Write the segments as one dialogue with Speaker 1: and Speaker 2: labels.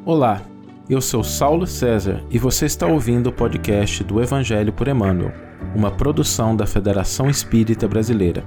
Speaker 1: Olá, eu sou Saulo César e você está ouvindo o podcast do Evangelho por Emmanuel, uma produção da Federação Espírita Brasileira.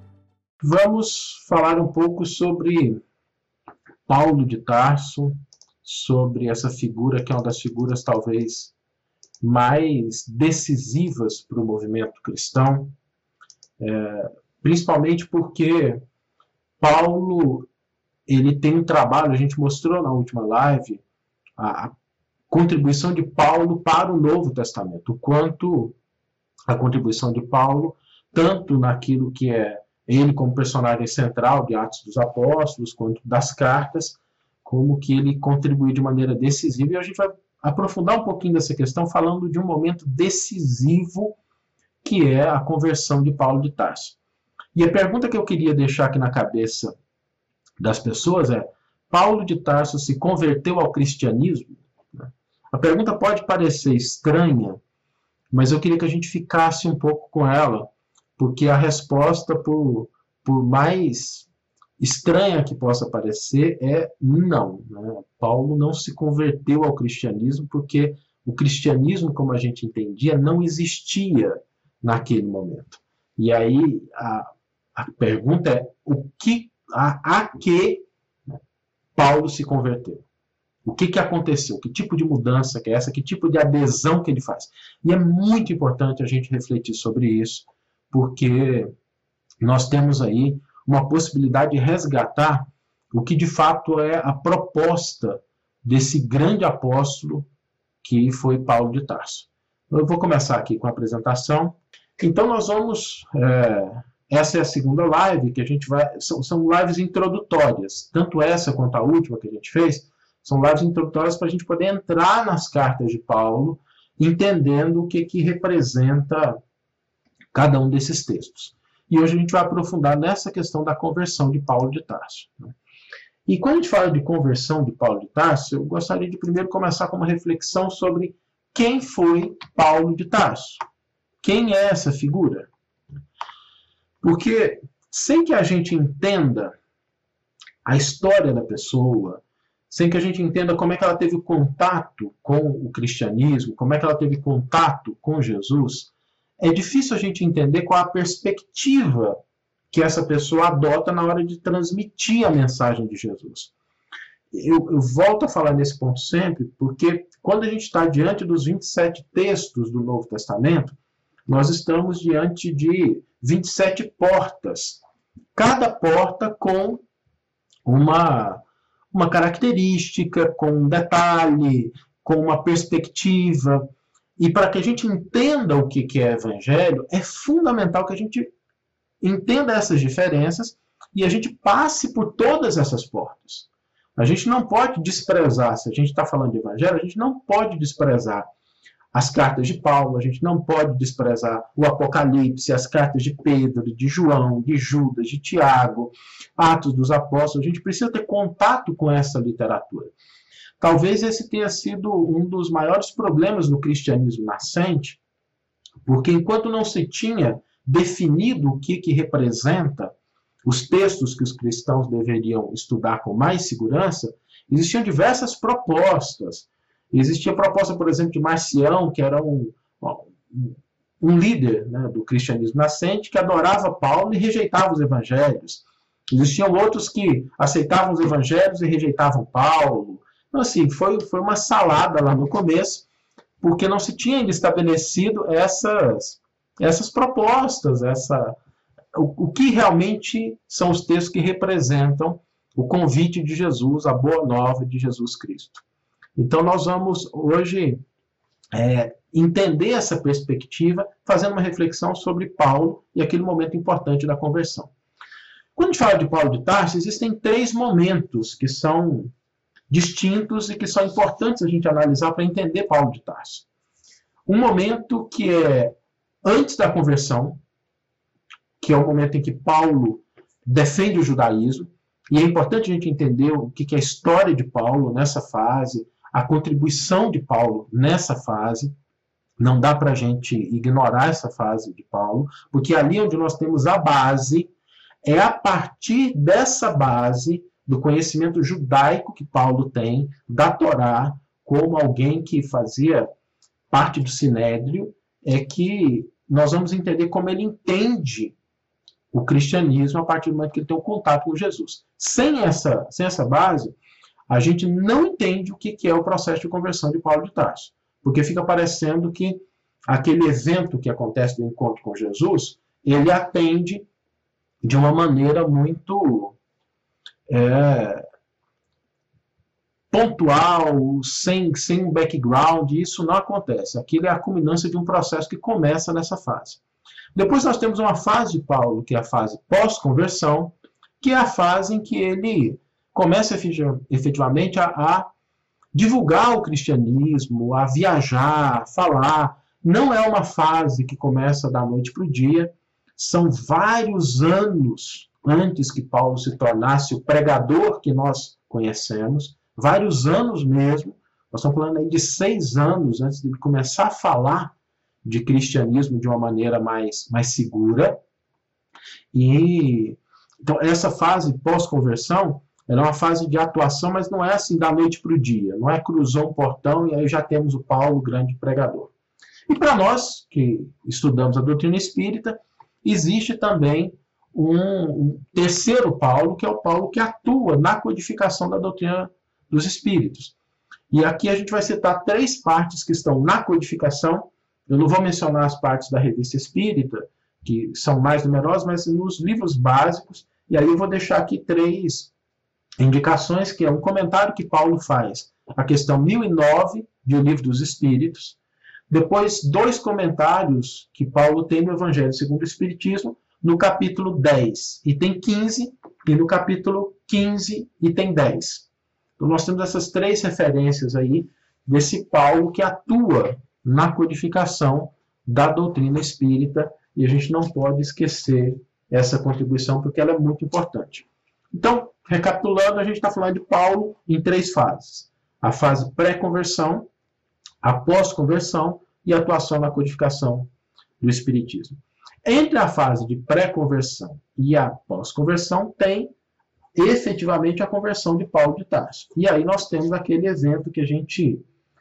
Speaker 2: Vamos falar um pouco sobre Paulo de Tarso, sobre essa figura que é uma das figuras talvez mais decisivas para o movimento cristão, principalmente porque Paulo ele tem um trabalho, a gente mostrou na última live, a contribuição de Paulo para o Novo Testamento, o quanto a contribuição de Paulo, tanto naquilo que é ele como personagem central de Atos dos Apóstolos, quanto das cartas, como que ele contribui de maneira decisiva. E a gente vai aprofundar um pouquinho dessa questão falando de um momento decisivo que é a conversão de Paulo de Tarso. E a pergunta que eu queria deixar aqui na cabeça das pessoas é: Paulo de Tarso se converteu ao cristianismo? A pergunta pode parecer estranha, mas eu queria que a gente ficasse um pouco com ela, porque a resposta, por mais estranha que possa parecer, é não. Paulo não se converteu ao cristianismo porque o cristianismo, como a gente entendia, não existia naquele momento. E aí a pergunta é: a que Paulo se converteu? O que aconteceu? Que tipo de mudança que é essa? Que tipo de adesão que ele faz? E é muito importante a gente refletir sobre isso, porque nós temos aí uma possibilidade de resgatar o que de fato é a proposta desse grande apóstolo que foi Paulo de Tarso. Eu vou começar aqui com a apresentação. Então nós vamos... essa é a segunda live que a gente vai... São lives introdutórias. Tanto essa quanto a última que a gente fez são lives introdutórias para a gente poder entrar nas cartas de Paulo, entendendo o que representa cada um desses textos. E hoje a gente vai aprofundar nessa questão da conversão de Paulo de Tarso. E quando a gente fala de conversão de Paulo de Tarso, eu gostaria de primeiro começar com uma reflexão sobre quem foi Paulo de Tarso. Quem é essa figura? Porque sem que a gente entenda a história da pessoa, sem que a gente entenda como é que ela teve contato com o cristianismo, como é que ela teve contato com Jesus, é difícil a gente entender qual a perspectiva que essa pessoa adota na hora de transmitir a mensagem de Jesus. Eu volto a falar nesse ponto sempre, porque quando a gente está diante dos 27 textos do Novo Testamento, nós estamos diante de 27 portas. Cada porta com uma característica, com um detalhe, com uma perspectiva. E para que a gente entenda o que é evangelho, é fundamental que a gente entenda essas diferenças e a gente passe por todas essas portas. A gente não pode desprezar, se a gente está falando de evangelho, a gente não pode desprezar as cartas de Paulo, a gente não pode desprezar o Apocalipse, as cartas de Pedro, de João, de Judas, de Tiago, Atos dos Apóstolos. A gente precisa ter contato com essa literatura. Talvez esse tenha sido um dos maiores problemas no cristianismo nascente, porque enquanto não se tinha definido o que representa os textos que os cristãos deveriam estudar com mais segurança, existiam diversas propostas. Existia a proposta, por exemplo, de Marcião, que era um líder, né, do cristianismo nascente, que adorava Paulo e rejeitava os evangelhos. Existiam outros que aceitavam os evangelhos e rejeitavam Paulo. Então, assim, foi uma salada lá no começo, porque não se tinha ainda estabelecido essas propostas, o que realmente são os textos que representam o convite de Jesus, a boa nova de Jesus Cristo. Então, nós vamos hoje entender essa perspectiva, fazendo uma reflexão sobre Paulo e aquele momento importante da conversão. Quando a gente fala de Paulo de Tarso, existem 3 momentos que são distintos e que são importantes a gente analisar para entender Paulo de Tarso. Um momento que é antes da conversão, que é o momento em que Paulo defende o judaísmo, e é importante a gente entender o que é a história de Paulo nessa fase, a contribuição de Paulo nessa fase. Não dá para a gente ignorar essa fase de Paulo, porque ali onde nós temos a base, é a partir dessa base do conhecimento judaico que Paulo tem, da Torá, como alguém que fazia parte do Sinédrio, é que nós vamos entender como ele entende o cristianismo a partir do momento que ele tem um contato com Jesus. Sem essa base, a gente não entende o que é o processo de conversão de Paulo de Tarso, porque fica parecendo que aquele evento que acontece no encontro com Jesus, ele atende de uma maneira muito pontual, sem um background, e isso não acontece. Aquilo é a culminância de um processo que começa nessa fase. Depois nós temos uma fase de Paulo, que é a fase pós-conversão, que é a fase em que ele começa efetivamente a divulgar o cristianismo, a viajar, a falar. Não é uma fase que começa da noite para o dia, são vários anos antes que Paulo se tornasse o pregador que nós conhecemos, vários anos mesmo, nós estamos falando aí de 6 anos antes de ele começar a falar de cristianismo de uma maneira mais segura. E então essa fase pós-conversão era uma fase de atuação, mas não é assim da noite para o dia, não é cruzou um portão e aí já temos o Paulo, grande pregador. E para nós que estudamos a doutrina espírita, existe também um terceiro Paulo, que é o Paulo que atua na codificação da doutrina dos espíritos. E aqui a gente vai citar 3 partes que estão na codificação. Eu não vou mencionar as partes da Revista Espírita, que são mais numerosas, mas nos livros básicos. E aí eu vou deixar aqui 3 indicações, que é um comentário que Paulo faz, a questão 1009 de O Livro dos Espíritos. Depois, 2 comentários que Paulo tem no Evangelho segundo o Espiritismo, no capítulo 10, item 15, e no capítulo 15, item 10. Então, nós temos essas 3 referências aí desse Paulo que atua na codificação da doutrina espírita, e a gente não pode esquecer essa contribuição, porque ela é muito importante. Então, recapitulando, a gente está falando de Paulo em 3 fases. A fase pré-conversão, a pós-conversão e a atuação na codificação do Espiritismo. Entre a fase de pré-conversão e a pós-conversão, tem efetivamente a conversão de Paulo de Tarso. E aí nós temos aquele evento que a gente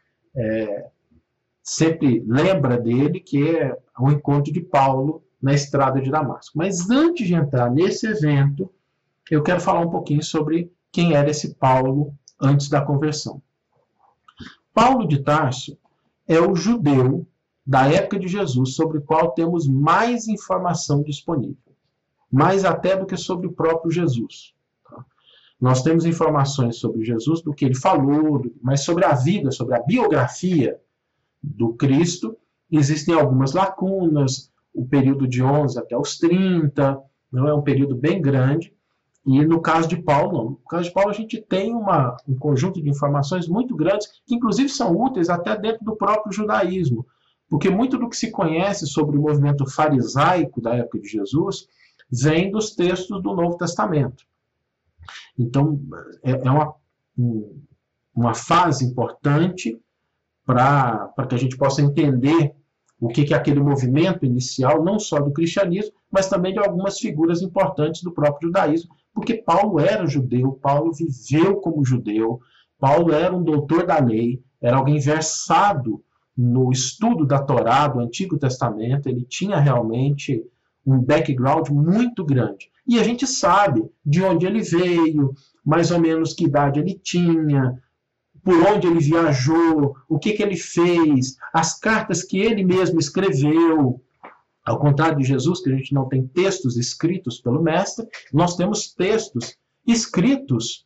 Speaker 2: sempre lembra dele, que é o encontro de Paulo na estrada de Damasco. Mas antes de entrar nesse evento, eu quero falar um pouquinho sobre quem era esse Paulo antes da conversão. Paulo de Tarso é o judeu da época de Jesus sobre o qual temos mais informação disponível, mais até do que sobre o próprio Jesus. Nós temos informações sobre Jesus, do que ele falou, mas sobre a vida, sobre a biografia do Cristo, existem algumas lacunas, o período de 11 até os 30, não é um período bem grande, e no caso de Paulo, não. No caso de Paulo, a gente tem um conjunto de informações muito grandes, que inclusive são úteis até dentro do próprio judaísmo, porque muito do que se conhece sobre o movimento farisaico da época de Jesus vem dos textos do Novo Testamento. Então, é uma fase importante para que a gente possa entender o que é aquele movimento inicial, não só do cristianismo, mas também de algumas figuras importantes do próprio judaísmo, porque Paulo era judeu, Paulo viveu como judeu, Paulo era um doutor da lei, era alguém versado no estudo da Torá, do Antigo Testamento, ele tinha realmente um background muito grande. E a gente sabe de onde ele veio, mais ou menos que idade ele tinha, por onde ele viajou, o que ele fez, as cartas que ele mesmo escreveu. Ao contrário de Jesus, que a gente não tem textos escritos pelo Mestre, nós temos textos escritos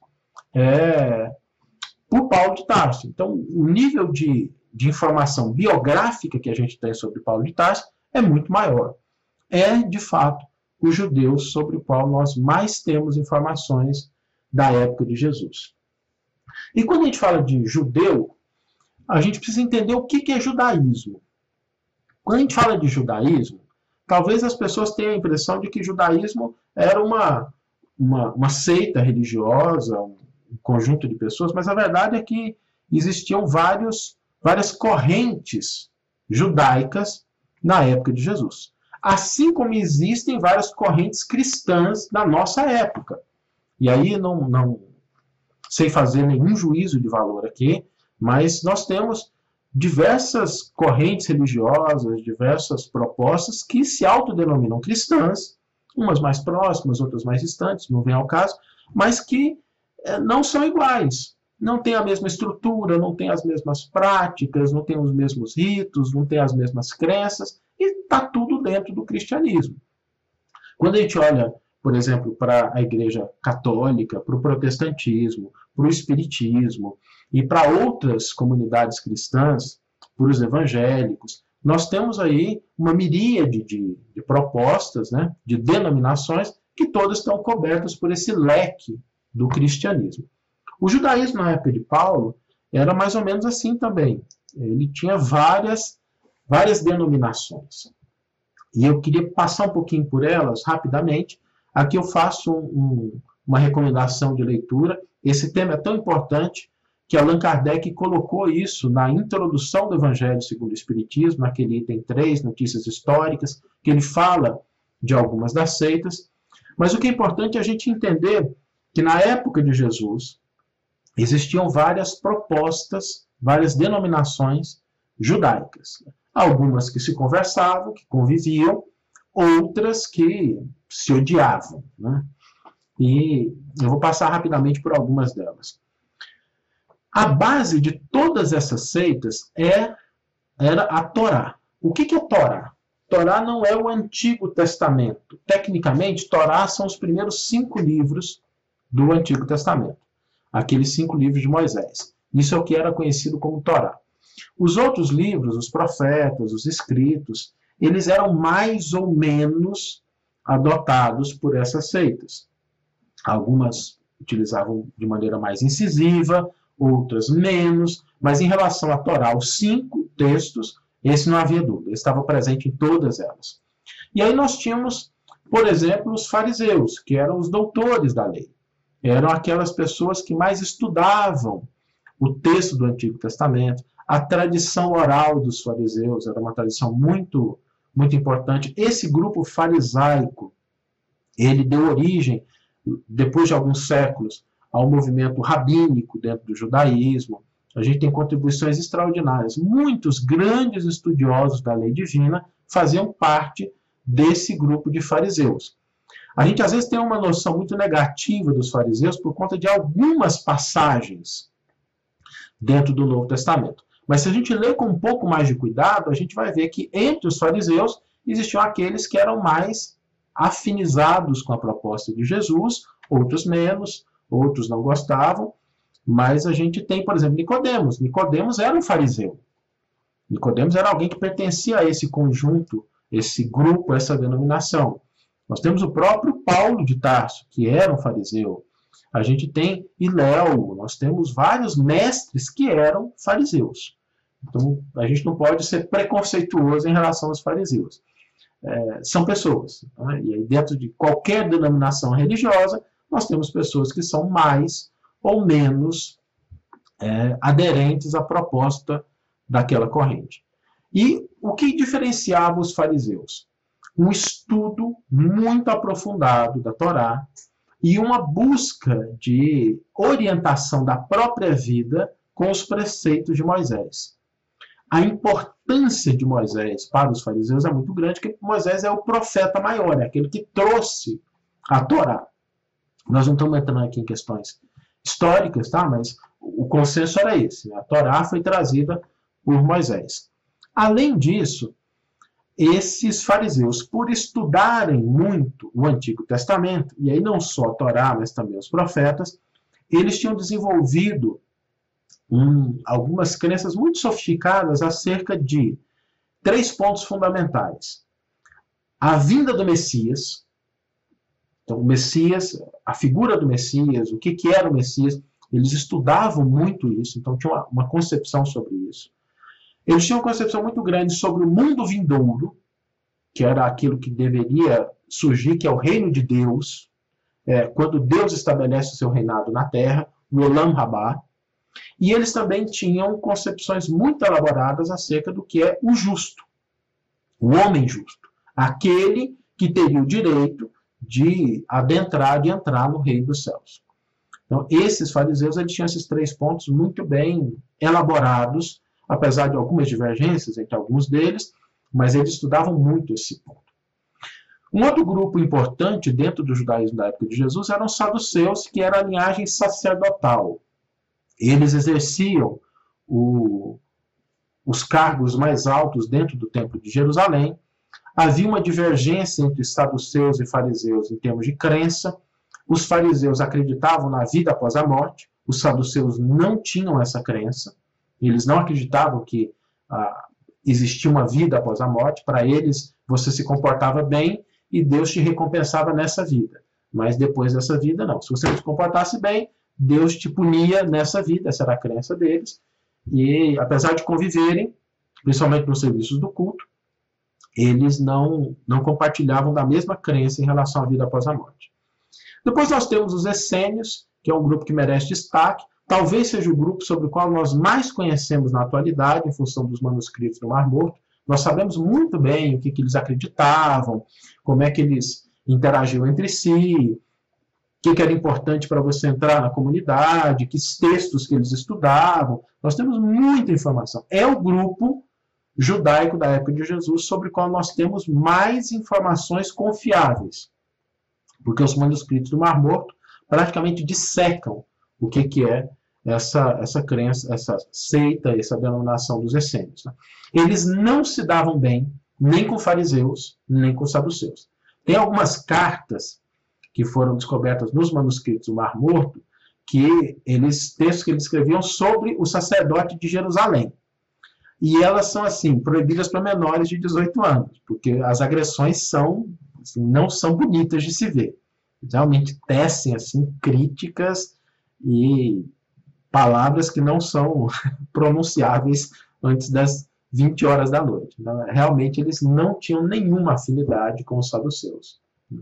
Speaker 2: por Paulo de Tarso. Então, o nível de informação biográfica que a gente tem sobre Paulo de Tarso é muito maior. É, de fato, o judeu sobre o qual nós mais temos informações da época de Jesus. E quando a gente fala de judeu, a gente precisa entender o que é judaísmo. Quando a gente fala de judaísmo, talvez as pessoas tenham a impressão de que judaísmo era uma seita religiosa, um conjunto de pessoas, mas a verdade é que existiam várias correntes judaicas na época de Jesus. Assim como existem várias correntes cristãs na nossa época. E aí não sem fazer nenhum juízo de valor aqui, mas nós temos diversas correntes religiosas, diversas propostas que se autodenominam cristãs, umas mais próximas, outras mais distantes, não vem ao caso, mas que não são iguais. Não tem a mesma estrutura, não tem as mesmas práticas, não tem os mesmos ritos, não tem as mesmas crenças, e está tudo dentro do cristianismo. Quando a gente olha, por exemplo, para a Igreja Católica, para o protestantismo, para o espiritismo e para outras comunidades cristãs, para os evangélicos, nós temos aí uma miríade de propostas, né, de denominações, que todas estão cobertas por esse leque do cristianismo. O judaísmo, na época de Paulo, era mais ou menos assim também. Ele tinha várias denominações. E eu queria passar um pouquinho por elas, rapidamente. Aqui eu faço uma recomendação de leitura. Esse tema é tão importante que Allan Kardec colocou isso na introdução do Evangelho segundo o Espiritismo, naquele item 3, notícias históricas, que ele fala de algumas das seitas. Mas o que é importante é a gente entender que na época de Jesus existiam várias propostas, várias denominações judaicas. Algumas que se conversavam, que conviviam, outras que se odiavam, né? E eu vou passar rapidamente por algumas delas. A base de todas essas seitas era a Torá. O que é Torá? Torá não é o Antigo Testamento. Tecnicamente, Torá são os primeiros 5 livros do Antigo Testamento. Aqueles 5 livros de Moisés. Isso é o que era conhecido como Torá. Os outros livros, os profetas, os escritos, eles eram mais ou menos adotados por essas seitas. Algumas utilizavam de maneira mais incisiva, outras menos, mas em relação à Torá, os 5 textos, esse não havia dúvida, estava presente em todas elas. E aí nós tínhamos, por exemplo, os fariseus, que eram os doutores da lei. Eram aquelas pessoas que mais estudavam o texto do Antigo Testamento. A tradição oral dos fariseus era uma tradição muito, muito importante. Esse grupo farisaico, ele deu origem, depois de alguns séculos, ao movimento rabínico dentro do judaísmo. A gente tem contribuições extraordinárias. Muitos grandes estudiosos da lei divina faziam parte desse grupo de fariseus. A gente às vezes tem uma noção muito negativa dos fariseus por conta de algumas passagens dentro do Novo Testamento. Mas se a gente ler com um pouco mais de cuidado, a gente vai ver que entre os fariseus existiam aqueles que eram mais afinizados com a proposta de Jesus, outros menos, outros não gostavam, mas a gente tem, por exemplo, Nicodemos. Nicodemos era um fariseu. Nicodemos era alguém que pertencia a esse conjunto, esse grupo, essa denominação. Nós temos o próprio Paulo de Tarso, que era um fariseu. A gente tem Hilel, nós temos vários mestres que eram fariseus. Então, a gente não pode ser preconceituoso em relação aos fariseus. São pessoas. Né? E aí, dentro de qualquer denominação religiosa, nós temos pessoas que são mais ou menos aderentes à proposta daquela corrente. E o que diferenciava os fariseus? Um estudo muito aprofundado da Torá e uma busca de orientação da própria vida com os preceitos de Moisés. A importância de Moisés para os fariseus é muito grande, porque Moisés é o profeta maior, é aquele que trouxe a Torá. Nós não estamos entrando aqui em questões históricas, tá? Mas o consenso era esse, né? A Torá foi trazida por Moisés. Além disso, esses fariseus, por estudarem muito o Antigo Testamento, e aí não só a Torá, mas também os profetas, eles tinham desenvolvido algumas crenças muito sofisticadas acerca de 3 pontos fundamentais. A vinda do Messias. Então, o Messias, a figura do Messias, o que era o Messias, eles estudavam muito isso, então tinha uma concepção sobre isso. Eles tinham uma concepção muito grande sobre o mundo vindouro, que era aquilo que deveria surgir, que é o reino de Deus, quando Deus estabelece o seu reinado na terra, o Olam Rabá. E eles também tinham concepções muito elaboradas acerca do que é o justo, o homem justo, aquele que teria o direito de adentrar, de entrar no reino dos céus. Então, esses fariseus, eles tinham esses 3 pontos muito bem elaborados, apesar de algumas divergências entre alguns deles, mas eles estudavam muito esse ponto. Um outro grupo importante dentro do judaísmo da época de Jesus eram os saduceus, que era a linhagem sacerdotal. Eles exerciam os cargos mais altos dentro do templo de Jerusalém. Havia uma divergência entre saduceus e fariseus em termos de crença. Os fariseus acreditavam na vida após a morte, os saduceus não tinham essa crença, eles não acreditavam que existia uma vida após a morte. Para eles, você se comportava bem e Deus te recompensava nessa vida, mas depois dessa vida não. Se você não se comportasse bem, Deus te punia nessa vida, essa era a crença deles, e apesar de conviverem, principalmente nos serviços do culto, eles não compartilhavam da mesma crença em relação à vida após a morte. Depois nós temos os essênios, que é um grupo que merece destaque, talvez seja o grupo sobre o qual nós mais conhecemos na atualidade, em função dos manuscritos do Mar Morto. Nós sabemos muito bem o que eles acreditavam, como é que eles interagiam entre si, o que era importante para você entrar na comunidade, que textos que eles estudavam. Nós temos muita informação. É o grupo judaico da época de Jesus sobre o qual nós temos mais informações confiáveis, porque os manuscritos do Mar Morto praticamente dissecam o que é essa crença, essa seita, essa denominação dos essênios. Né? Eles não se davam bem nem com fariseus, nem com saduceus. Tem algumas cartas que foram descobertas nos manuscritos do Mar Morto, textos que eles escreviam sobre o sacerdote de Jerusalém. E elas são, assim, proibidas para menores de 18 anos, porque as agressões não são bonitas de se ver. Realmente tecem, assim, críticas e palavras que não são pronunciáveis antes das 20 horas da noite. Então, realmente, eles não tinham nenhuma afinidade com os saduceus.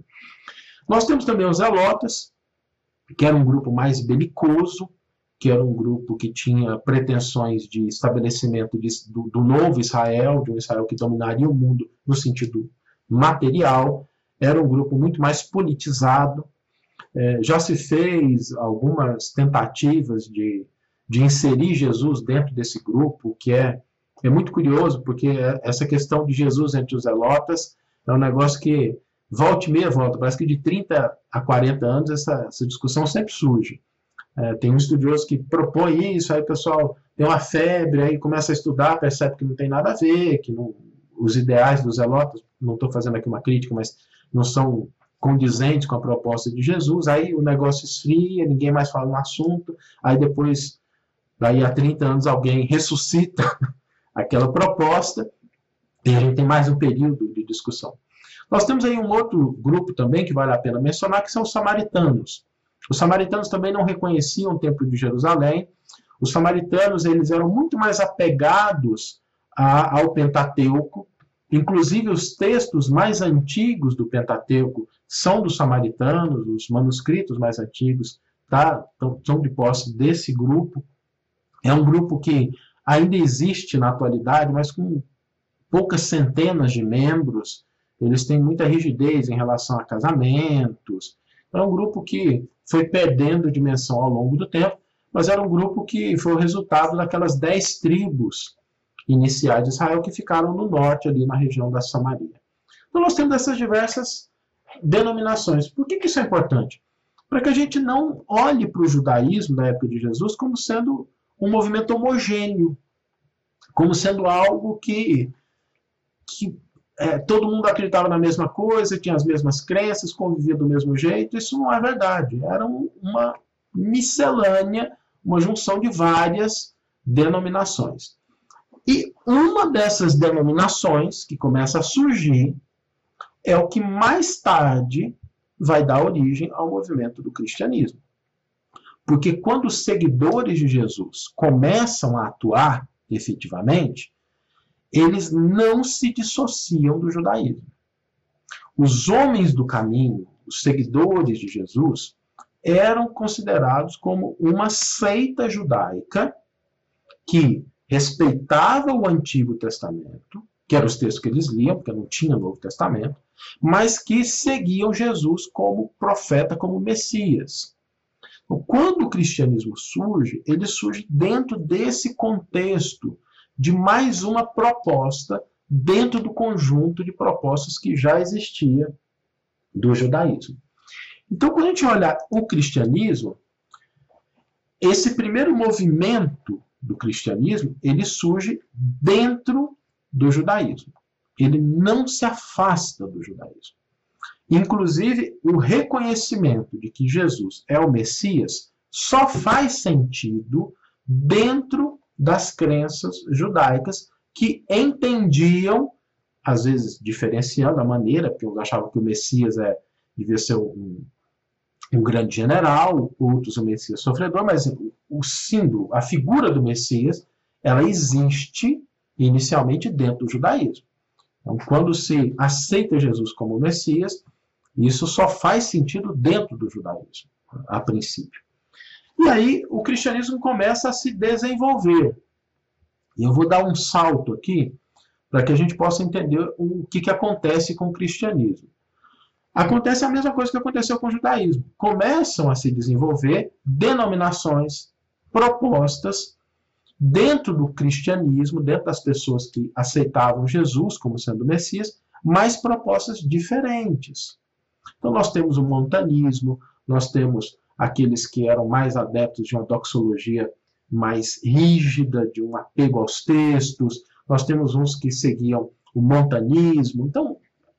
Speaker 2: Nós temos também os zelotas, que era um grupo mais belicoso, que era um grupo que tinha pretensões de estabelecimento do novo Israel, de um Israel que dominaria o mundo no sentido material. Era um grupo muito mais politizado. Já se fez algumas tentativas de inserir Jesus dentro desse grupo, que é muito curioso, porque essa questão de Jesus entre os zelotas é um negócio que volta e meia volta. Parece que de 30 a 40 anos essa discussão sempre surge. Tem um estudioso que propõe isso, aí o pessoal tem uma febre, aí começa a estudar, percebe que não tem nada a ver, que os ideais dos zelotas, não estou fazendo aqui uma crítica, mas não são condizentes com a proposta de Jesus, aí o negócio esfria, ninguém mais fala no assunto, aí depois, daí a 30 anos, alguém ressuscita aquela proposta, e a gente tem mais um período de discussão. Nós temos aí um outro grupo também que vale a pena mencionar, que são os samaritanos. Os samaritanos também não reconheciam o templo de Jerusalém. Os samaritanos, eles eram muito mais apegados ao Pentateuco. Inclusive, os textos mais antigos do Pentateuco são dos samaritanos, os manuscritos mais antigos são de posse desse grupo. É um grupo que ainda existe na atualidade, mas com poucas centenas de membros. Eles têm muita rigidez em relação a casamentos. É um grupo que foi perdendo dimensão ao longo do tempo, mas era um grupo que foi o resultado daquelas 10 tribos iniciais de Israel que ficaram no norte, ali na região da Samaria. Então nós temos essas diversas denominações. Por que isso é importante? Para que a gente não olhe para o judaísmo da época de Jesus como sendo um movimento homogêneo, como sendo algo que todo mundo acreditava na mesma coisa, tinha as mesmas crenças, convivia do mesmo jeito. Isso não é verdade. Era uma miscelânea, uma junção de várias denominações. E uma dessas denominações que começa a surgir é o que mais tarde vai dar origem ao movimento do cristianismo. Porque quando os seguidores de Jesus começam a atuar efetivamente, eles não se dissociam do judaísmo. Os homens do caminho, os seguidores de Jesus, eram considerados como uma seita judaica que respeitava o Antigo Testamento, que eram os textos que eles liam, porque não tinha Novo Testamento, mas que seguiam Jesus como profeta, como Messias. Quando o cristianismo surge, ele surge dentro desse contexto de mais uma proposta dentro do conjunto de propostas que já existia do judaísmo. Então, quando a gente olha o cristianismo, esse primeiro movimento do cristianismo, ele surge dentro do judaísmo. Ele não se afasta do judaísmo. Inclusive, o reconhecimento de que Jesus é o Messias só faz sentido dentro das crenças judaicas que entendiam, às vezes diferenciando a maneira, porque uns achavam que o Messias devia ser um grande general, outros o Messias sofredor, mas o símbolo, a figura do Messias, ela existe inicialmente dentro do judaísmo. Então, quando se aceita Jesus como Messias, isso só faz sentido dentro do judaísmo, a princípio. E aí o cristianismo começa a se desenvolver. E eu vou dar um salto aqui para que a gente possa entender o que acontece com o cristianismo. Acontece a mesma coisa que aconteceu com o judaísmo. Começam a se desenvolver denominações, propostas, dentro do cristianismo, dentro das pessoas que aceitavam Jesus como sendo o Messias, mas propostas diferentes. Então nós temos o montanismo, nós temos aqueles que eram mais adeptos de uma doxologia mais rígida, de um apego aos textos, nós temos uns que seguiam o montanismo. Então,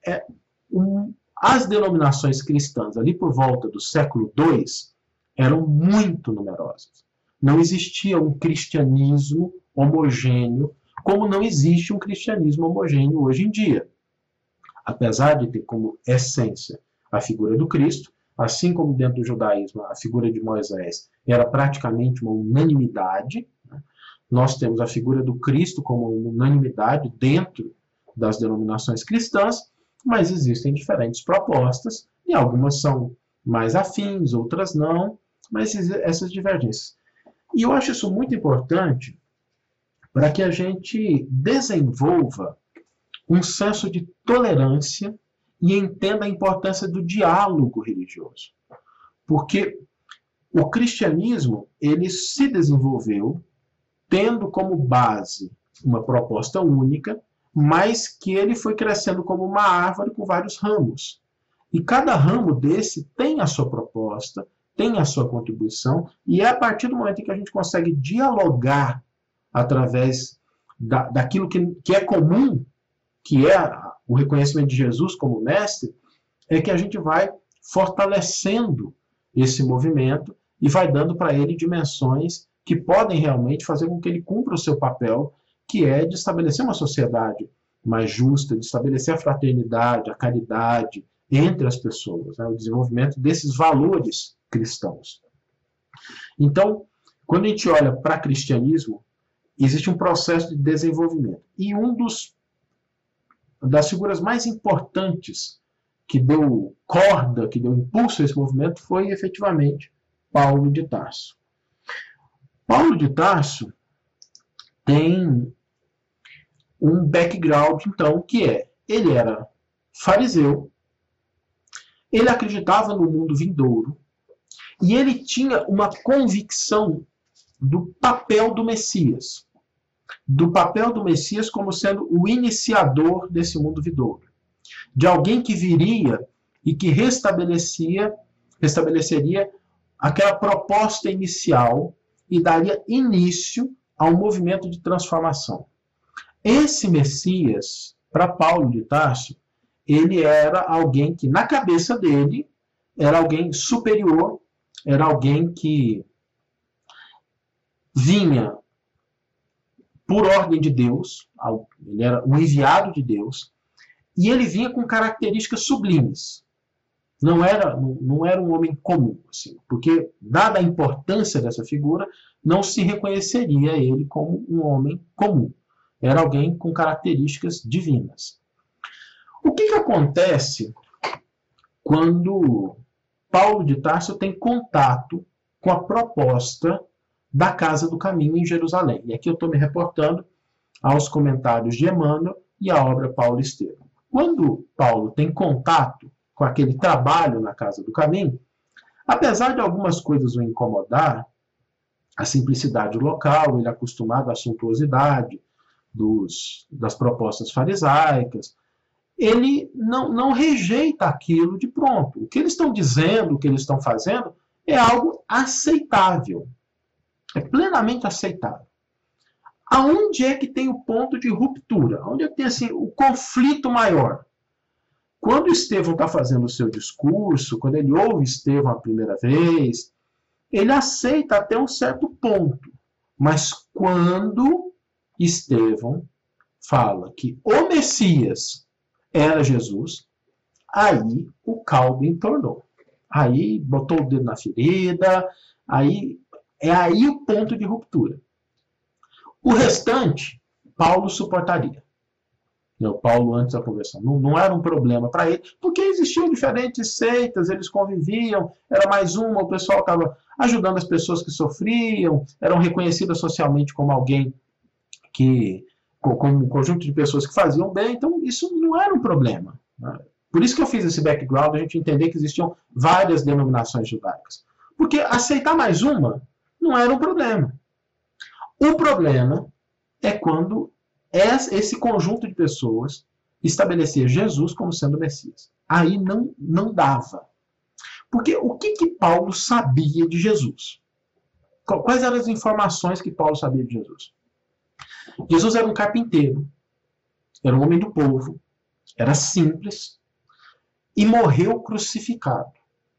Speaker 2: as denominações cristãs, ali por volta do século II, eram muito numerosas. Não existia um cristianismo homogêneo, como não existe um cristianismo homogêneo hoje em dia. Apesar de ter como essência a figura do Cristo, assim como dentro do judaísmo a figura de Moisés era praticamente uma unanimidade, né? Nós temos a figura do Cristo como uma unanimidade dentro das denominações cristãs, mas existem diferentes propostas, e algumas são mais afins, outras não, mas essas divergências. E eu acho isso muito importante para que a gente desenvolva um senso de tolerância e entenda a importância do diálogo religioso. Porque o cristianismo, ele se desenvolveu tendo como base uma proposta única, mas que ele foi crescendo como uma árvore com vários ramos. E cada ramo desse tem a sua proposta, tem a sua contribuição, e é a partir do momento em que a gente consegue dialogar através daquilo que é comum, que é o reconhecimento de Jesus como mestre, é que a gente vai fortalecendo esse movimento e vai dando para ele dimensões que podem realmente fazer com que ele cumpra o seu papel, que é de estabelecer uma sociedade mais justa, de estabelecer a fraternidade, a caridade entre as pessoas, né? O desenvolvimento desses valores cristãos. Então, quando a gente olha para o cristianismo, existe um processo de desenvolvimento. E das figuras mais importantes que deu corda, que deu impulso a esse movimento, foi efetivamente Paulo de Tarso. Paulo de Tarso tem um background, então, ele era fariseu, ele acreditava no mundo vindouro, e ele tinha uma convicção do papel do Messias. Do papel do Messias como sendo o iniciador desse mundo vindouro. De alguém que viria e que restabeleceria aquela proposta inicial e daria início a um movimento de transformação. Esse Messias, para Paulo de Tarso, ele era alguém que, na cabeça dele, era alguém superior, era alguém que vinha por ordem de Deus, ele era um enviado de Deus, e ele vinha com características sublimes. Não era um homem comum, assim, porque, dada a importância dessa figura, não se reconheceria ele como um homem comum. Era alguém com características divinas. O que acontece quando Paulo de Tarso tem contato com a proposta da Casa do Caminho em Jerusalém? E aqui eu estou me reportando aos comentários de Emmanuel e à obra Paulo Estevam. Quando Paulo tem contato com aquele trabalho na Casa do Caminho, Apesar de algumas coisas o incomodar, a simplicidade local, ele é acostumado à suntuosidade das propostas farisaicas, ele não rejeita aquilo de pronto. O que eles estão dizendo, o que eles estão fazendo, é algo aceitável. É plenamente aceitável. Aonde é que tem o ponto de ruptura? Onde é que tem assim, o conflito maior? Quando Estevão está fazendo o seu discurso, quando ele ouve Estevão a primeira vez, ele aceita até um certo ponto. Mas quando Estevão fala que o Messias era Jesus, aí o caldo entornou. Aí botou o dedo na ferida, aí o ponto de ruptura. O restante, Paulo suportaria. Paulo, antes da conversão, não era um problema para ele, porque existiam diferentes seitas, eles conviviam, era mais uma, o pessoal estava ajudando as pessoas que sofriam, eram reconhecidas socialmente como alguém como um conjunto de pessoas que faziam bem, então isso não era um problema. Por isso que eu fiz esse background, a gente entender que existiam várias denominações judaicas. Porque aceitar mais uma não era um problema. O problema é quando esse conjunto de pessoas estabelecia Jesus como sendo o Messias. Aí não dava. Porque o que Paulo sabia de Jesus? Quais eram as informações que Paulo sabia de Jesus? Jesus era um carpinteiro, era um homem do povo, era simples e morreu crucificado.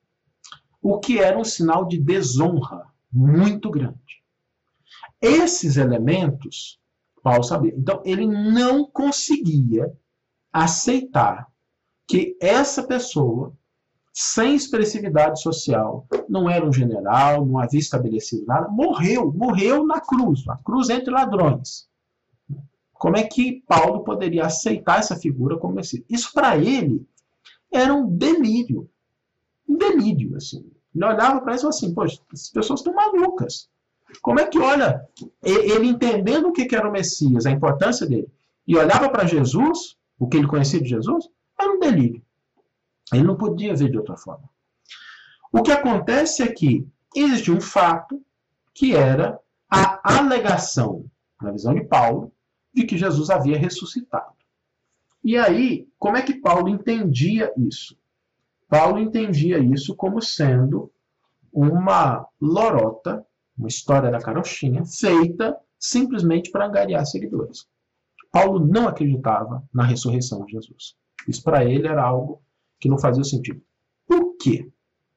Speaker 2: O que era um sinal de desonra muito grande. Esses elementos Paulo sabia. Então, ele não conseguia aceitar que essa pessoa, sem expressividade social, não era um general, não havia estabelecido nada, morreu na cruz entre ladrões. Como é que Paulo poderia aceitar essa figura como Messias? Isso, para ele, era um delírio. Um delírio, assim. Ele olhava para isso e falava assim, poxa, essas pessoas estão malucas. Como é que, olha, ele entendendo o que era o Messias, a importância dele, e olhava para Jesus, o que ele conhecia de Jesus, era um delírio. Ele não podia ver de outra forma. O que acontece é que existe um fato que era a alegação, na visão de Paulo, de que Jesus havia ressuscitado. E aí, como é que Paulo entendia isso? Paulo entendia isso como sendo uma lorota, uma história da carochinha, feita simplesmente para angariar seguidores. Paulo não acreditava na ressurreição de Jesus. Isso para ele era algo que não fazia sentido. Por quê?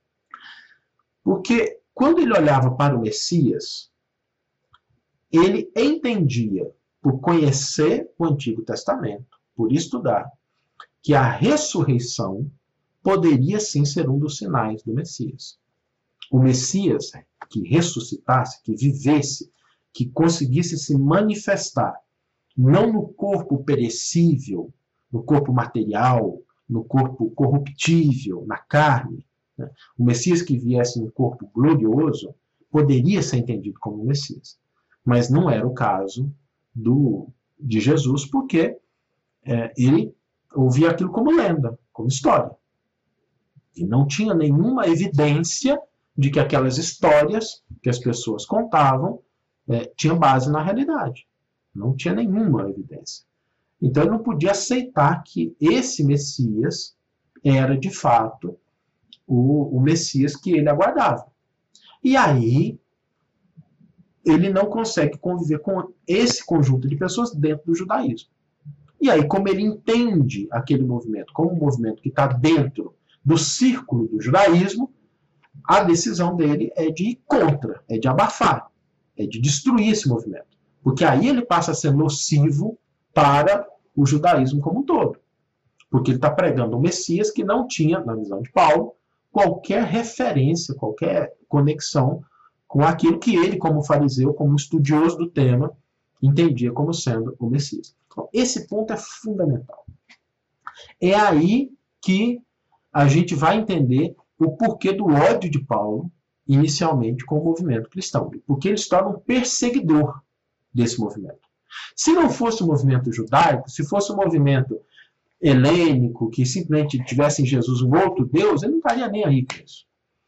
Speaker 2: Porque quando ele olhava para o Messias, ele entendia, por conhecer o Antigo Testamento, por estudar, que a ressurreição poderia sim ser um dos sinais do Messias. O Messias que ressuscitasse, que vivesse, que conseguisse se manifestar, não no corpo perecível, no corpo material, no corpo corruptível, na carne. Né? O Messias que viesse no corpo glorioso poderia ser entendido como Messias. Mas não era o caso de Jesus, porque ele ouvia aquilo como lenda, como história. E não tinha nenhuma evidência de que aquelas histórias que as pessoas contavam tinham base na realidade. Não tinha nenhuma evidência. Então ele não podia aceitar que esse Messias era, de fato, o Messias que ele aguardava. E aí ele não consegue conviver com esse conjunto de pessoas dentro do judaísmo. E aí, como ele entende aquele movimento como um movimento que está dentro do círculo do judaísmo, a decisão dele é de ir contra, é de abafar, é de destruir esse movimento. Porque aí ele passa a ser nocivo para o judaísmo como um todo. Porque ele está pregando um Messias que não tinha, na visão de Paulo, qualquer referência, qualquer conexão com aquilo que ele, como fariseu, como estudioso do tema, entendia como sendo o Messias. Então, esse ponto é fundamental. É aí que a gente vai entender o porquê do ódio de Paulo, inicialmente, com o movimento cristão. Porque ele se torna um perseguidor desse movimento. Se não fosse o movimento judaico, se fosse o movimento helênico, que simplesmente tivesse em Jesus um outro Deus, ele não estaria nem aí com isso.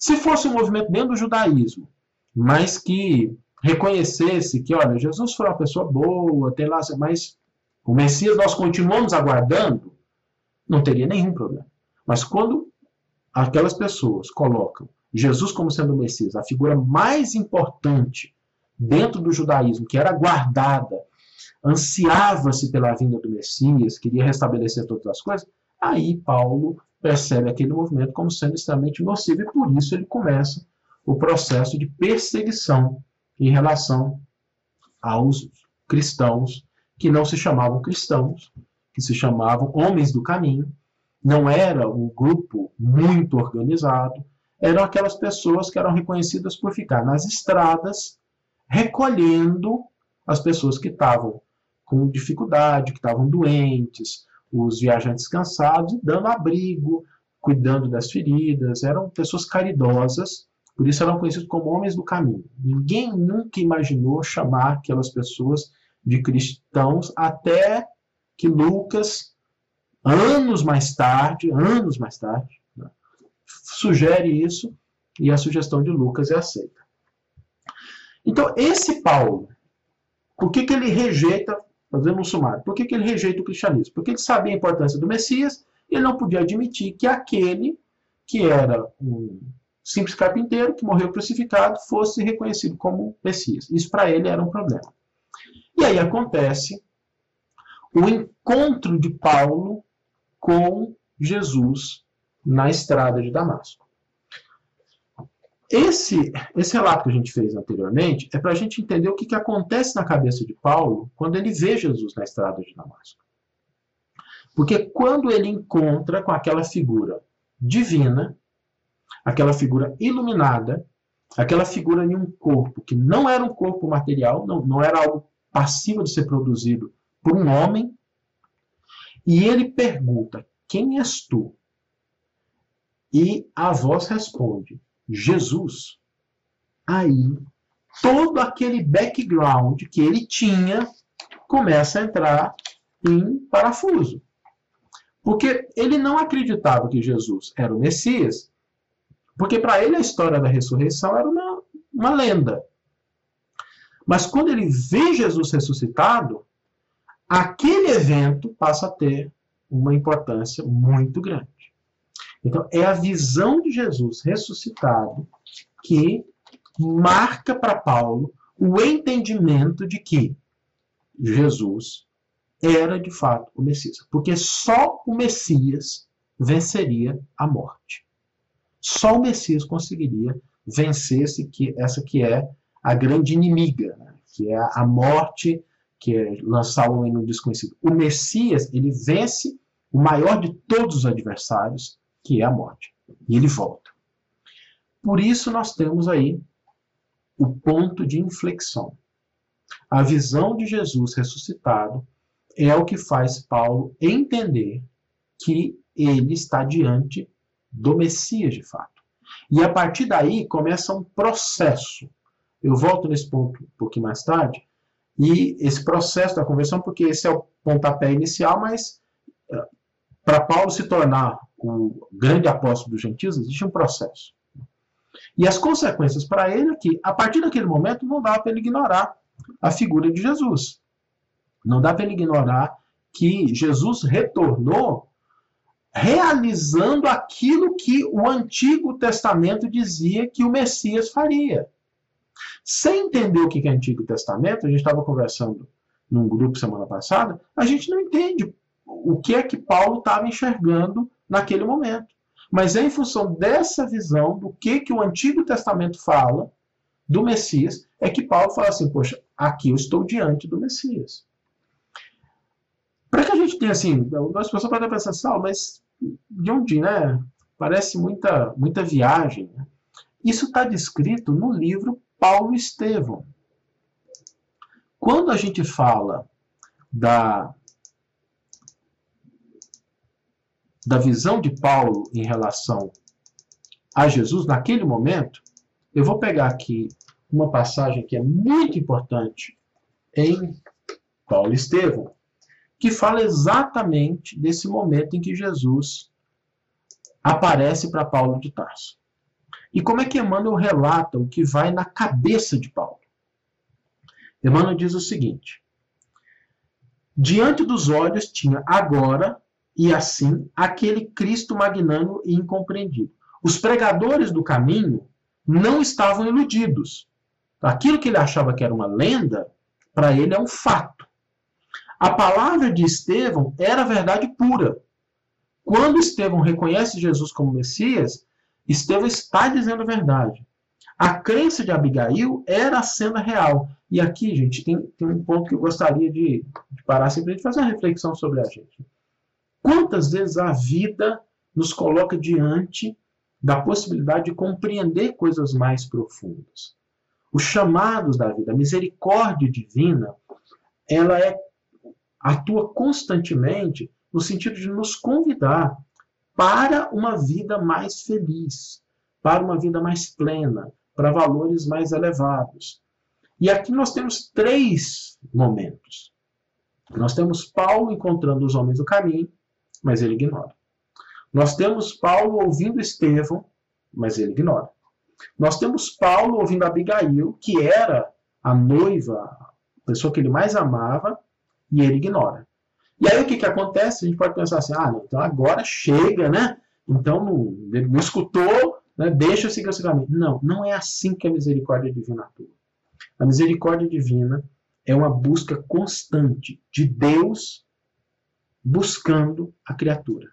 Speaker 2: Se fosse um movimento dentro do judaísmo, mas que reconhecesse que, olha, Jesus foi uma pessoa boa, tem lá, mas o Messias nós continuamos aguardando, não teria nenhum problema. Mas quando aquelas pessoas colocam Jesus como sendo o Messias, a figura mais importante dentro do judaísmo, que era guardada, ansiava-se pela vinda do Messias, queria restabelecer todas as coisas, aí Paulo percebe aquele movimento como sendo extremamente nocivo e por isso ele começa o processo de perseguição em relação aos cristãos que não se chamavam cristãos, que se chamavam homens do caminho. Não era um grupo muito organizado, eram aquelas pessoas que eram reconhecidas por ficar nas estradas recolhendo as pessoas que estavam com dificuldade, que estavam doentes, os viajantes cansados, e dando abrigo, cuidando das feridas. Eram pessoas caridosas, por isso eram conhecidos como homens do caminho. Ninguém nunca imaginou chamar aquelas pessoas de cristãos, até que Lucas, anos mais tarde, né, sugere isso, e a sugestão de Lucas é aceita. Então, esse Paulo, por que ele rejeita, fazendo um sumário, por que ele rejeita o cristianismo? Porque ele sabia a importância do Messias, e ele não podia admitir que aquele que era um simples carpinteiro, que morreu crucificado, fosse reconhecido como Messias. Isso para ele era um problema. E aí acontece o encontro de Paulo com Jesus na estrada de Damasco. Esse relato que a gente fez anteriormente é para a gente entender o que acontece na cabeça de Paulo quando ele vê Jesus na estrada de Damasco. Porque quando ele encontra com aquela figura divina, aquela figura iluminada, aquela figura em um corpo que não era um corpo material, não era algo passivo de ser produzido por um homem, e ele pergunta, quem és tu? E a voz responde, Jesus. Aí, todo aquele background que ele tinha começa a entrar em parafuso. Porque ele não acreditava que Jesus era o Messias, porque para ele a história da ressurreição era uma lenda. Mas quando ele vê Jesus ressuscitado, aquele evento passa a ter uma importância muito grande. Então, é a visão de Jesus ressuscitado que marca para Paulo o entendimento de que Jesus era, de fato, o Messias. Porque só o Messias venceria a morte. Só o Messias conseguiria vencer essa que é a grande inimiga, né? Que é a morte, que é lançar o homem no desconhecido. O Messias, ele vence o maior de todos os adversários, que é a morte. E ele volta. Por isso nós temos aí o ponto de inflexão. A visão de Jesus ressuscitado é o que faz Paulo entender que ele está diante do Messias de fato. E a partir daí começa um processo. Eu volto nesse ponto um pouquinho mais tarde, e esse processo da conversão, porque esse é o pontapé inicial, mas para Paulo se tornar o grande apóstolo dos gentios, existe um processo. E as consequências para ele é que, a partir daquele momento, não dá para ele ignorar a figura de Jesus. Não dá para ele ignorar que Jesus retornou realizando aquilo que o Antigo Testamento dizia que o Messias faria. Sem entender o que é Antigo Testamento, a gente estava conversando num grupo semana passada, a gente não entende o que é que Paulo estava enxergando naquele momento. Mas é em função dessa visão do que o Antigo Testamento fala do Messias, é que Paulo fala assim, poxa, aqui eu estou diante do Messias. Para que a gente tenha assim, as pessoas podem pensar assim, mas de onde, né? Parece muita viagem. Né? Isso está descrito no livro Paulo e Estevão. Quando a gente fala da visão de Paulo em relação a Jesus, naquele momento, eu vou pegar aqui uma passagem que é muito importante em Paulo e Estevão, que fala exatamente desse momento em que Jesus aparece para Paulo de Tarso. E como é que Emmanuel relata o que vai na cabeça de Paulo? Emmanuel diz o seguinte: diante dos olhos tinha agora, e assim, aquele Cristo magnânimo e incompreendido. Os pregadores do caminho não estavam iludidos. Aquilo que ele achava que era uma lenda, para ele é um fato. A palavra de Estevão era verdade pura. Quando Estevão reconhece Jesus como Messias, Estevão está dizendo a verdade. A crença de Abigail era a cena real. E aqui, gente, tem um ponto que eu gostaria de parar sempre de fazer uma reflexão sobre a gente. Quantas vezes a vida nos coloca diante da possibilidade de compreender coisas mais profundas? Os chamados da vida, a misericórdia divina, ela atua constantemente no sentido de nos convidar para uma vida mais feliz, para uma vida mais plena, para valores mais elevados. E aqui nós temos 3 momentos. Nós temos Paulo encontrando os homens do caminho, mas ele ignora. Nós temos Paulo ouvindo Estevão, mas ele ignora. Nós temos Paulo ouvindo Abigail, que era a noiva, a pessoa que ele mais amava, e ele ignora. E aí o que acontece? A gente pode pensar assim, não, então agora chega, né? Então ele não escutou, né? Deixa eu seguir o seu caminho. Não, não é assim que a misericórdia divina atua. A misericórdia divina é uma busca constante de Deus buscando a criatura.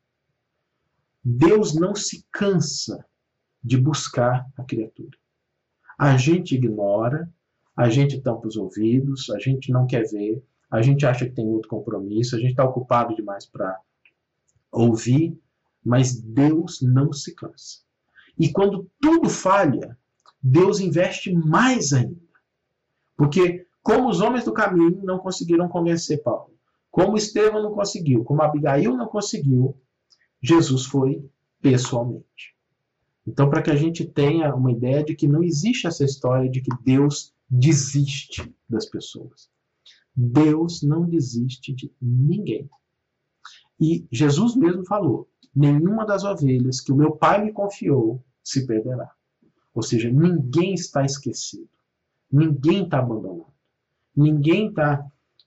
Speaker 2: Deus não se cansa de buscar a criatura. A gente ignora, a gente tampa os ouvidos, a gente não quer ver, a gente acha que tem outro compromisso, a gente está ocupado demais para ouvir, mas Deus não se cansa. E quando tudo falha, Deus investe mais ainda. Porque como os homens do caminho não conseguiram convencer Paulo, como Estevão não conseguiu, como Abigail não conseguiu, Jesus foi pessoalmente. Então, para que a gente tenha uma ideia de que não existe essa história de que Deus desiste das pessoas. Deus não desiste de ninguém. E Jesus mesmo falou, nenhuma das ovelhas que o meu Pai me confiou se perderá. Ou seja, ninguém está esquecido. Ninguém está abandonado. Ninguém está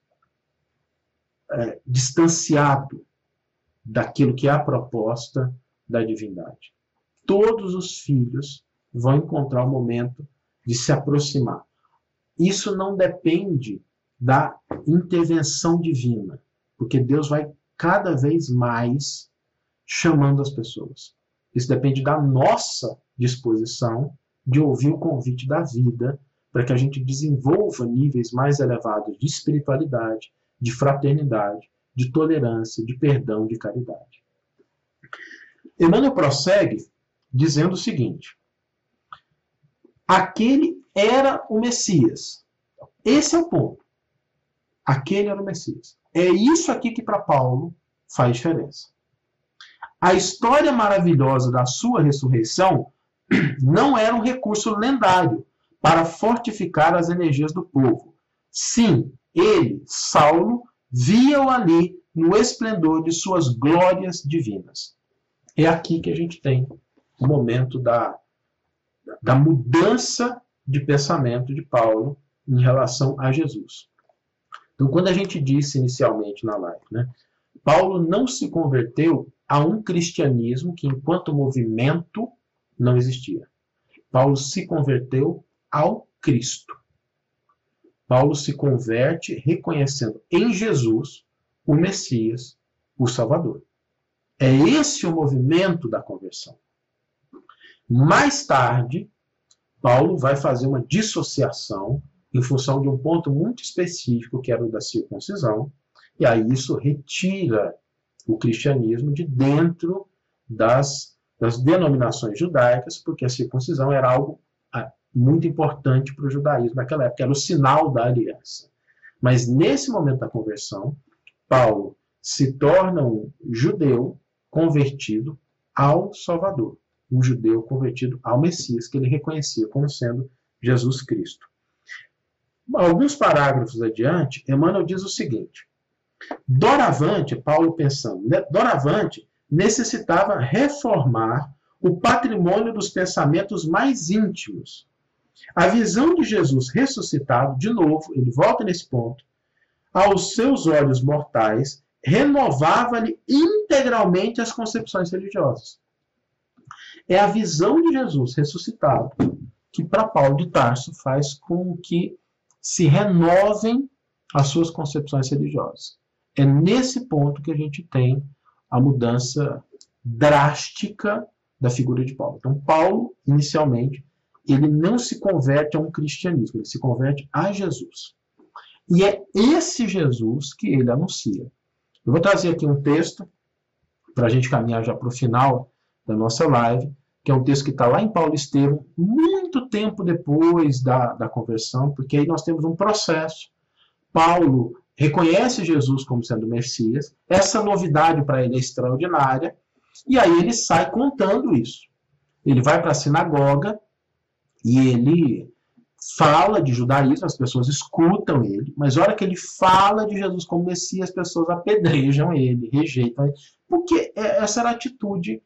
Speaker 2: distanciado daquilo que é a proposta da divindade. Todos os filhos vão encontrar o momento de se aproximar. Isso não depende da intervenção divina, porque Deus vai cada vez mais chamando as pessoas. Isso depende da nossa disposição de ouvir o convite da vida para que a gente desenvolva níveis mais elevados de espiritualidade, de fraternidade, de tolerância, de perdão, de caridade. Emmanuel prossegue dizendo o seguinte: aquele era o Messias. Esse é o ponto. Aquele era o Messias. É isso aqui que para Paulo faz diferença. A história maravilhosa da sua ressurreição não era um recurso lendário para fortificar as energias do povo. Sim, ele, Saulo, via-o ali no esplendor de suas glórias divinas. É aqui que a gente tem o momento da mudança de pensamento de Paulo em relação a Jesus. Então, quando a gente disse inicialmente na live, né, Paulo não se converteu a um cristianismo que, enquanto movimento, não existia. Paulo se converteu ao Cristo. Paulo se converte reconhecendo em Jesus o Messias, o Salvador. É esse o movimento da conversão. Mais tarde, Paulo vai fazer uma dissociação em função de um ponto muito específico, que era o da circuncisão, e aí isso retira o cristianismo de dentro das denominações judaicas, porque a circuncisão era algo muito importante para o judaísmo naquela época, era o sinal da aliança. Mas nesse momento da conversão, Paulo se torna um judeu convertido ao Salvador, um judeu convertido ao Messias, que ele reconhecia como sendo Jesus Cristo. Alguns parágrafos adiante, Emmanuel diz o seguinte: doravante, Paulo pensando, doravante necessitava reformar o patrimônio dos pensamentos mais íntimos. A visão de Jesus ressuscitado, de novo, ele volta nesse ponto, aos seus olhos mortais, renovava-lhe integralmente as concepções religiosas. É a visão de Jesus ressuscitado que, para Paulo de Tarso, faz com que se renovem as suas concepções religiosas. É nesse ponto que a gente tem a mudança drástica da figura de Paulo. Então, Paulo, inicialmente, ele não se converte a um cristianismo, ele se converte a Jesus. E é esse Jesus que ele anuncia. Eu vou trazer aqui um texto, para a gente caminhar já para o final da nossa live, que é um texto que está lá em Paulo Estevão, muito tempo depois da conversão, porque aí nós temos um processo. Paulo reconhece Jesus como sendo o Messias, essa novidade para ele é extraordinária, e aí ele sai contando isso. Ele vai para a sinagoga e ele fala de judaísmo, as pessoas escutam ele, mas a hora que ele fala de Jesus como Messias, as pessoas apedrejam ele, rejeitam ele, porque essa era a atitude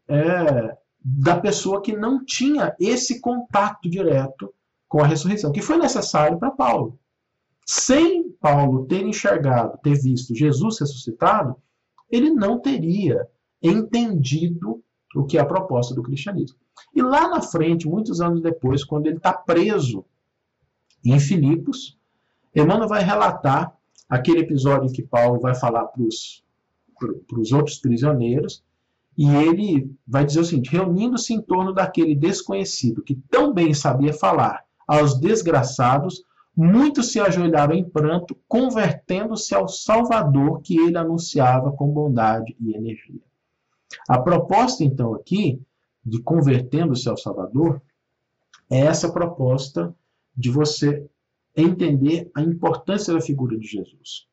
Speaker 2: da pessoa que não tinha esse contato direto com a ressurreição, que foi necessário para Paulo. Sem Paulo ter enxergado, ter visto Jesus ressuscitado, ele não teria entendido o que é a proposta do cristianismo. E lá na frente, muitos anos depois, quando ele está preso em Filipos, Emmanuel vai relatar aquele episódio em que Paulo vai falar para os outros prisioneiros, e ele vai dizer o seguinte: reunindo-se em torno daquele desconhecido que tão bem sabia falar aos desgraçados, muitos se ajoelharam em pranto, convertendo-se ao Salvador que ele anunciava com bondade e energia. A proposta, então, aqui, de convertendo-se ao Salvador, é essa proposta de você entender a importância da figura de Jesus.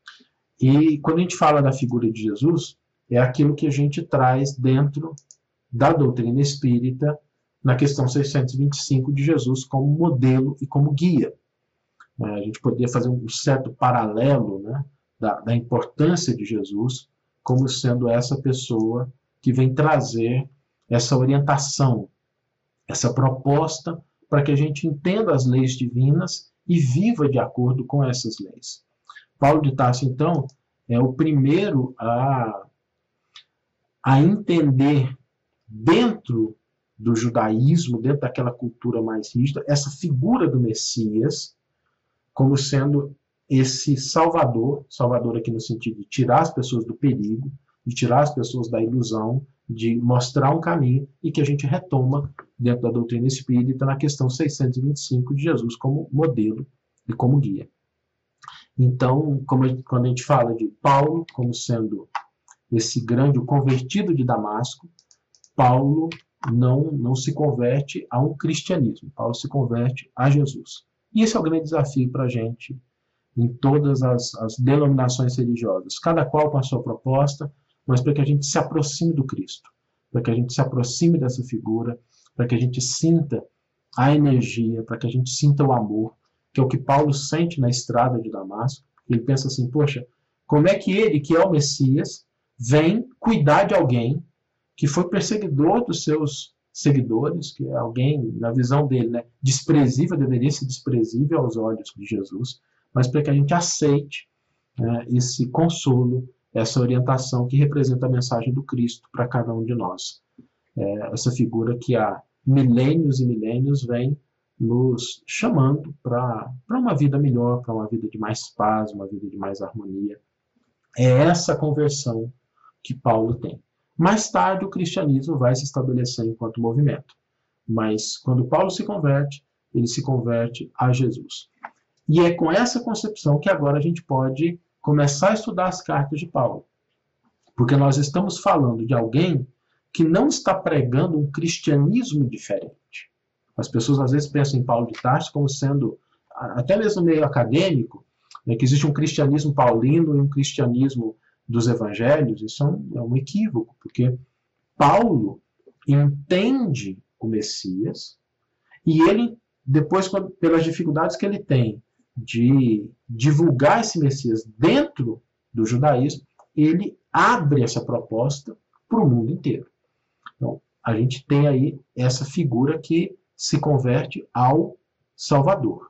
Speaker 2: E quando a gente fala da figura de Jesus, é aquilo que a gente traz dentro da doutrina espírita, na questão 625 de Jesus como modelo e como guia. A gente poderia fazer um certo paralelo, né, da importância de Jesus como sendo essa pessoa que vem trazer essa orientação, essa proposta para que a gente entenda as leis divinas e viva de acordo com essas leis. Paulo de Tarso, então, é o primeiro a entender dentro do judaísmo, dentro daquela cultura mais rígida, essa figura do Messias como sendo esse Salvador aqui no sentido de tirar as pessoas do perigo, de tirar as pessoas da ilusão, de mostrar um caminho, e que a gente retoma dentro da doutrina espírita na questão 625 de Jesus como modelo e como guia. Então, quando a gente fala de Paulo como sendo esse grande, o convertido de Damasco, Paulo não se converte a um cristianismo, Paulo se converte a Jesus. E esse é o grande desafio para a gente em todas as denominações religiosas, cada qual com a sua proposta, mas para que a gente se aproxime do Cristo, para que a gente se aproxime dessa figura, para que a gente sinta a energia, para que a gente sinta o amor, que é o que Paulo sente na estrada de Damasco. Ele pensa assim: poxa, como é que ele, que é o Messias, vem cuidar de alguém que foi perseguidor dos seus seguidores, que é alguém, na visão dele, né, desprezível, deveria ser desprezível aos olhos de Jesus, mas para que a gente aceite esse consolo, essa orientação que representa a mensagem do Cristo para cada um de nós. Essa figura que há milênios e milênios vem nos chamando para uma vida melhor, para uma vida de mais paz, uma vida de mais harmonia. É essa conversão que Paulo tem. Mais tarde, o cristianismo vai se estabelecer enquanto movimento. Mas, quando Paulo se converte, ele se converte a Jesus. E é com essa concepção que agora a gente pode começar a estudar as cartas de Paulo. Porque nós estamos falando de alguém que não está pregando um cristianismo diferente. As pessoas, às vezes, pensam em Paulo de Tarso como sendo, até mesmo no meio acadêmico, né, que existe um cristianismo paulino e um cristianismo dos evangelhos. Isso é um equívoco, porque Paulo entende o Messias e ele, depois, pelas dificuldades que ele tem de divulgar esse Messias dentro do judaísmo, ele abre essa proposta para o mundo inteiro. Então, a gente tem aí essa figura que se converte ao Salvador.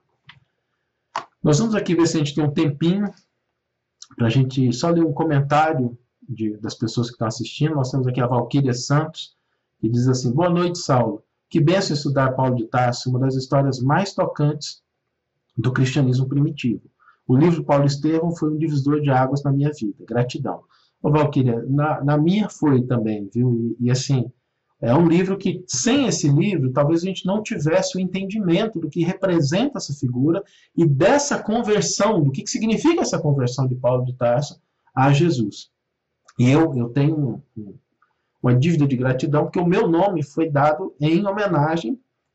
Speaker 2: Nós vamos aqui ver se a gente tem um tempinho para a gente só ler um comentário das pessoas que estão assistindo. Nós temos aqui a Valquíria Santos, que diz assim: boa noite, Saulo. Que bênção estudar Paulo de Tarso, uma das histórias mais tocantes do cristianismo primitivo. O livro Paulo Estevão foi um divisor de águas na minha vida. Gratidão. Ô, Valquíria, na minha foi também, viu? E assim, é um livro que, sem esse livro, talvez a gente não tivesse o entendimento do que representa essa figura e dessa conversão, do que significa essa conversão de Paulo de Tarso a Jesus. E eu tenho uma dívida de gratidão, porque o meu nome foi dado em homenagem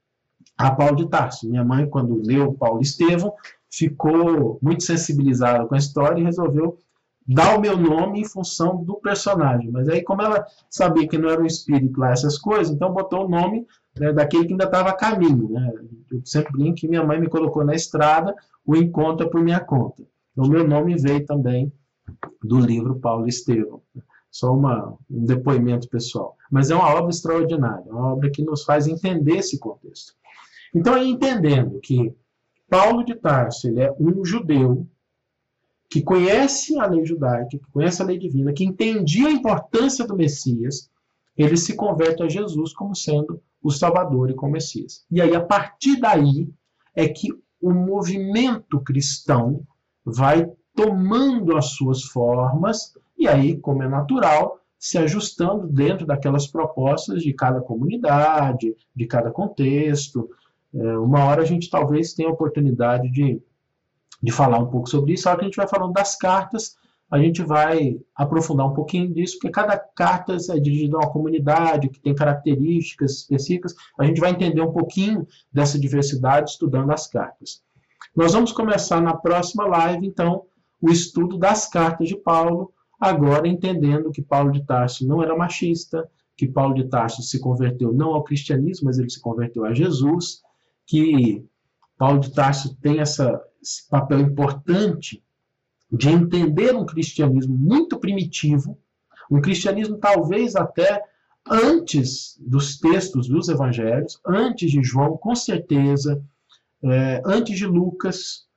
Speaker 2: a Paulo de Tarso. Minha mãe, quando leu Paulo Estevão, ficou muito sensibilizada com a história e resolveu dar o meu nome em função do personagem. Mas aí, como ela sabia que não era um espírito lá, essas coisas, então botou o nome, né, daquele que ainda estava a caminho. Né? Eu sempre brinco que minha mãe me colocou na estrada, o encontro é por minha conta. Então, o meu nome veio também do livro Paulo Estevão. Só um depoimento pessoal. Mas é uma obra extraordinária, uma obra que nos faz entender esse contexto. Então, aí, entendendo que Paulo de Tarso ele é um judeu que conhece a lei judaica, que conhece a lei divina, que entendia a importância do Messias, ele se converte a Jesus como sendo o Salvador e como Messias. E aí, a partir daí, é que o movimento cristão vai tomando as suas formas, e aí, como é natural, se ajustando dentro daquelas propostas de cada comunidade, de cada contexto. Uma hora a gente talvez tenha a oportunidade de falar um pouco sobre isso. A hora que a gente vai falando das cartas, a gente vai aprofundar um pouquinho disso, porque cada carta é dirigida a uma comunidade que tem características específicas. A gente vai entender um pouquinho dessa diversidade estudando as cartas. Nós vamos começar na próxima live, então, o estudo das cartas de Paulo, agora entendendo que Paulo de Tarso não era machista, que Paulo de Tarso se converteu não ao cristianismo, mas ele se converteu a Jesus, que Paulo de Tarso tem esse papel importante de entender um cristianismo muito primitivo, um cristianismo talvez até antes dos textos dos evangelhos, antes de João, com certeza, antes de Lucas.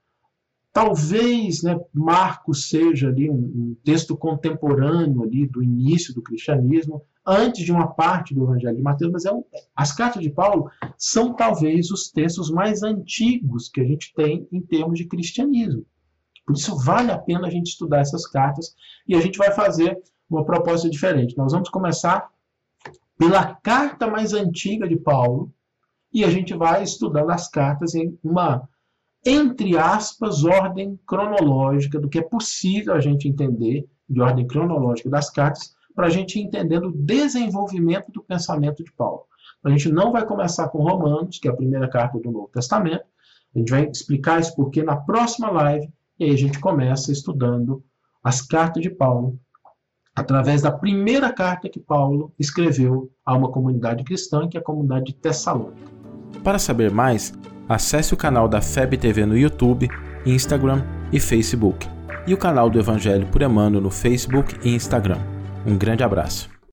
Speaker 2: Talvez, né, Marcos seja ali um texto contemporâneo ali do início do cristianismo, antes de uma parte do Evangelho de Mateus, mas as cartas de Paulo são talvez os textos mais antigos que a gente tem em termos de cristianismo. Por isso vale a pena a gente estudar essas cartas e a gente vai fazer uma proposta diferente. Nós vamos começar pela carta mais antiga de Paulo e a gente vai estudando as cartas em uma, entre aspas, ordem cronológica do que é possível a gente entender de ordem cronológica das cartas para a gente entender o desenvolvimento do pensamento de Paulo. A gente não vai começar com Romanos, que é a primeira carta do Novo Testamento. A gente vai explicar isso porque na próxima live, e aí a gente começa estudando as cartas de Paulo através da primeira carta que Paulo escreveu a uma comunidade cristã, que é a comunidade de Tessalônica.
Speaker 1: Para saber mais, acesse o canal da FEB TV no YouTube, Instagram e Facebook, e o canal do Evangelho por Emmanuel no Facebook e Instagram. Um grande abraço.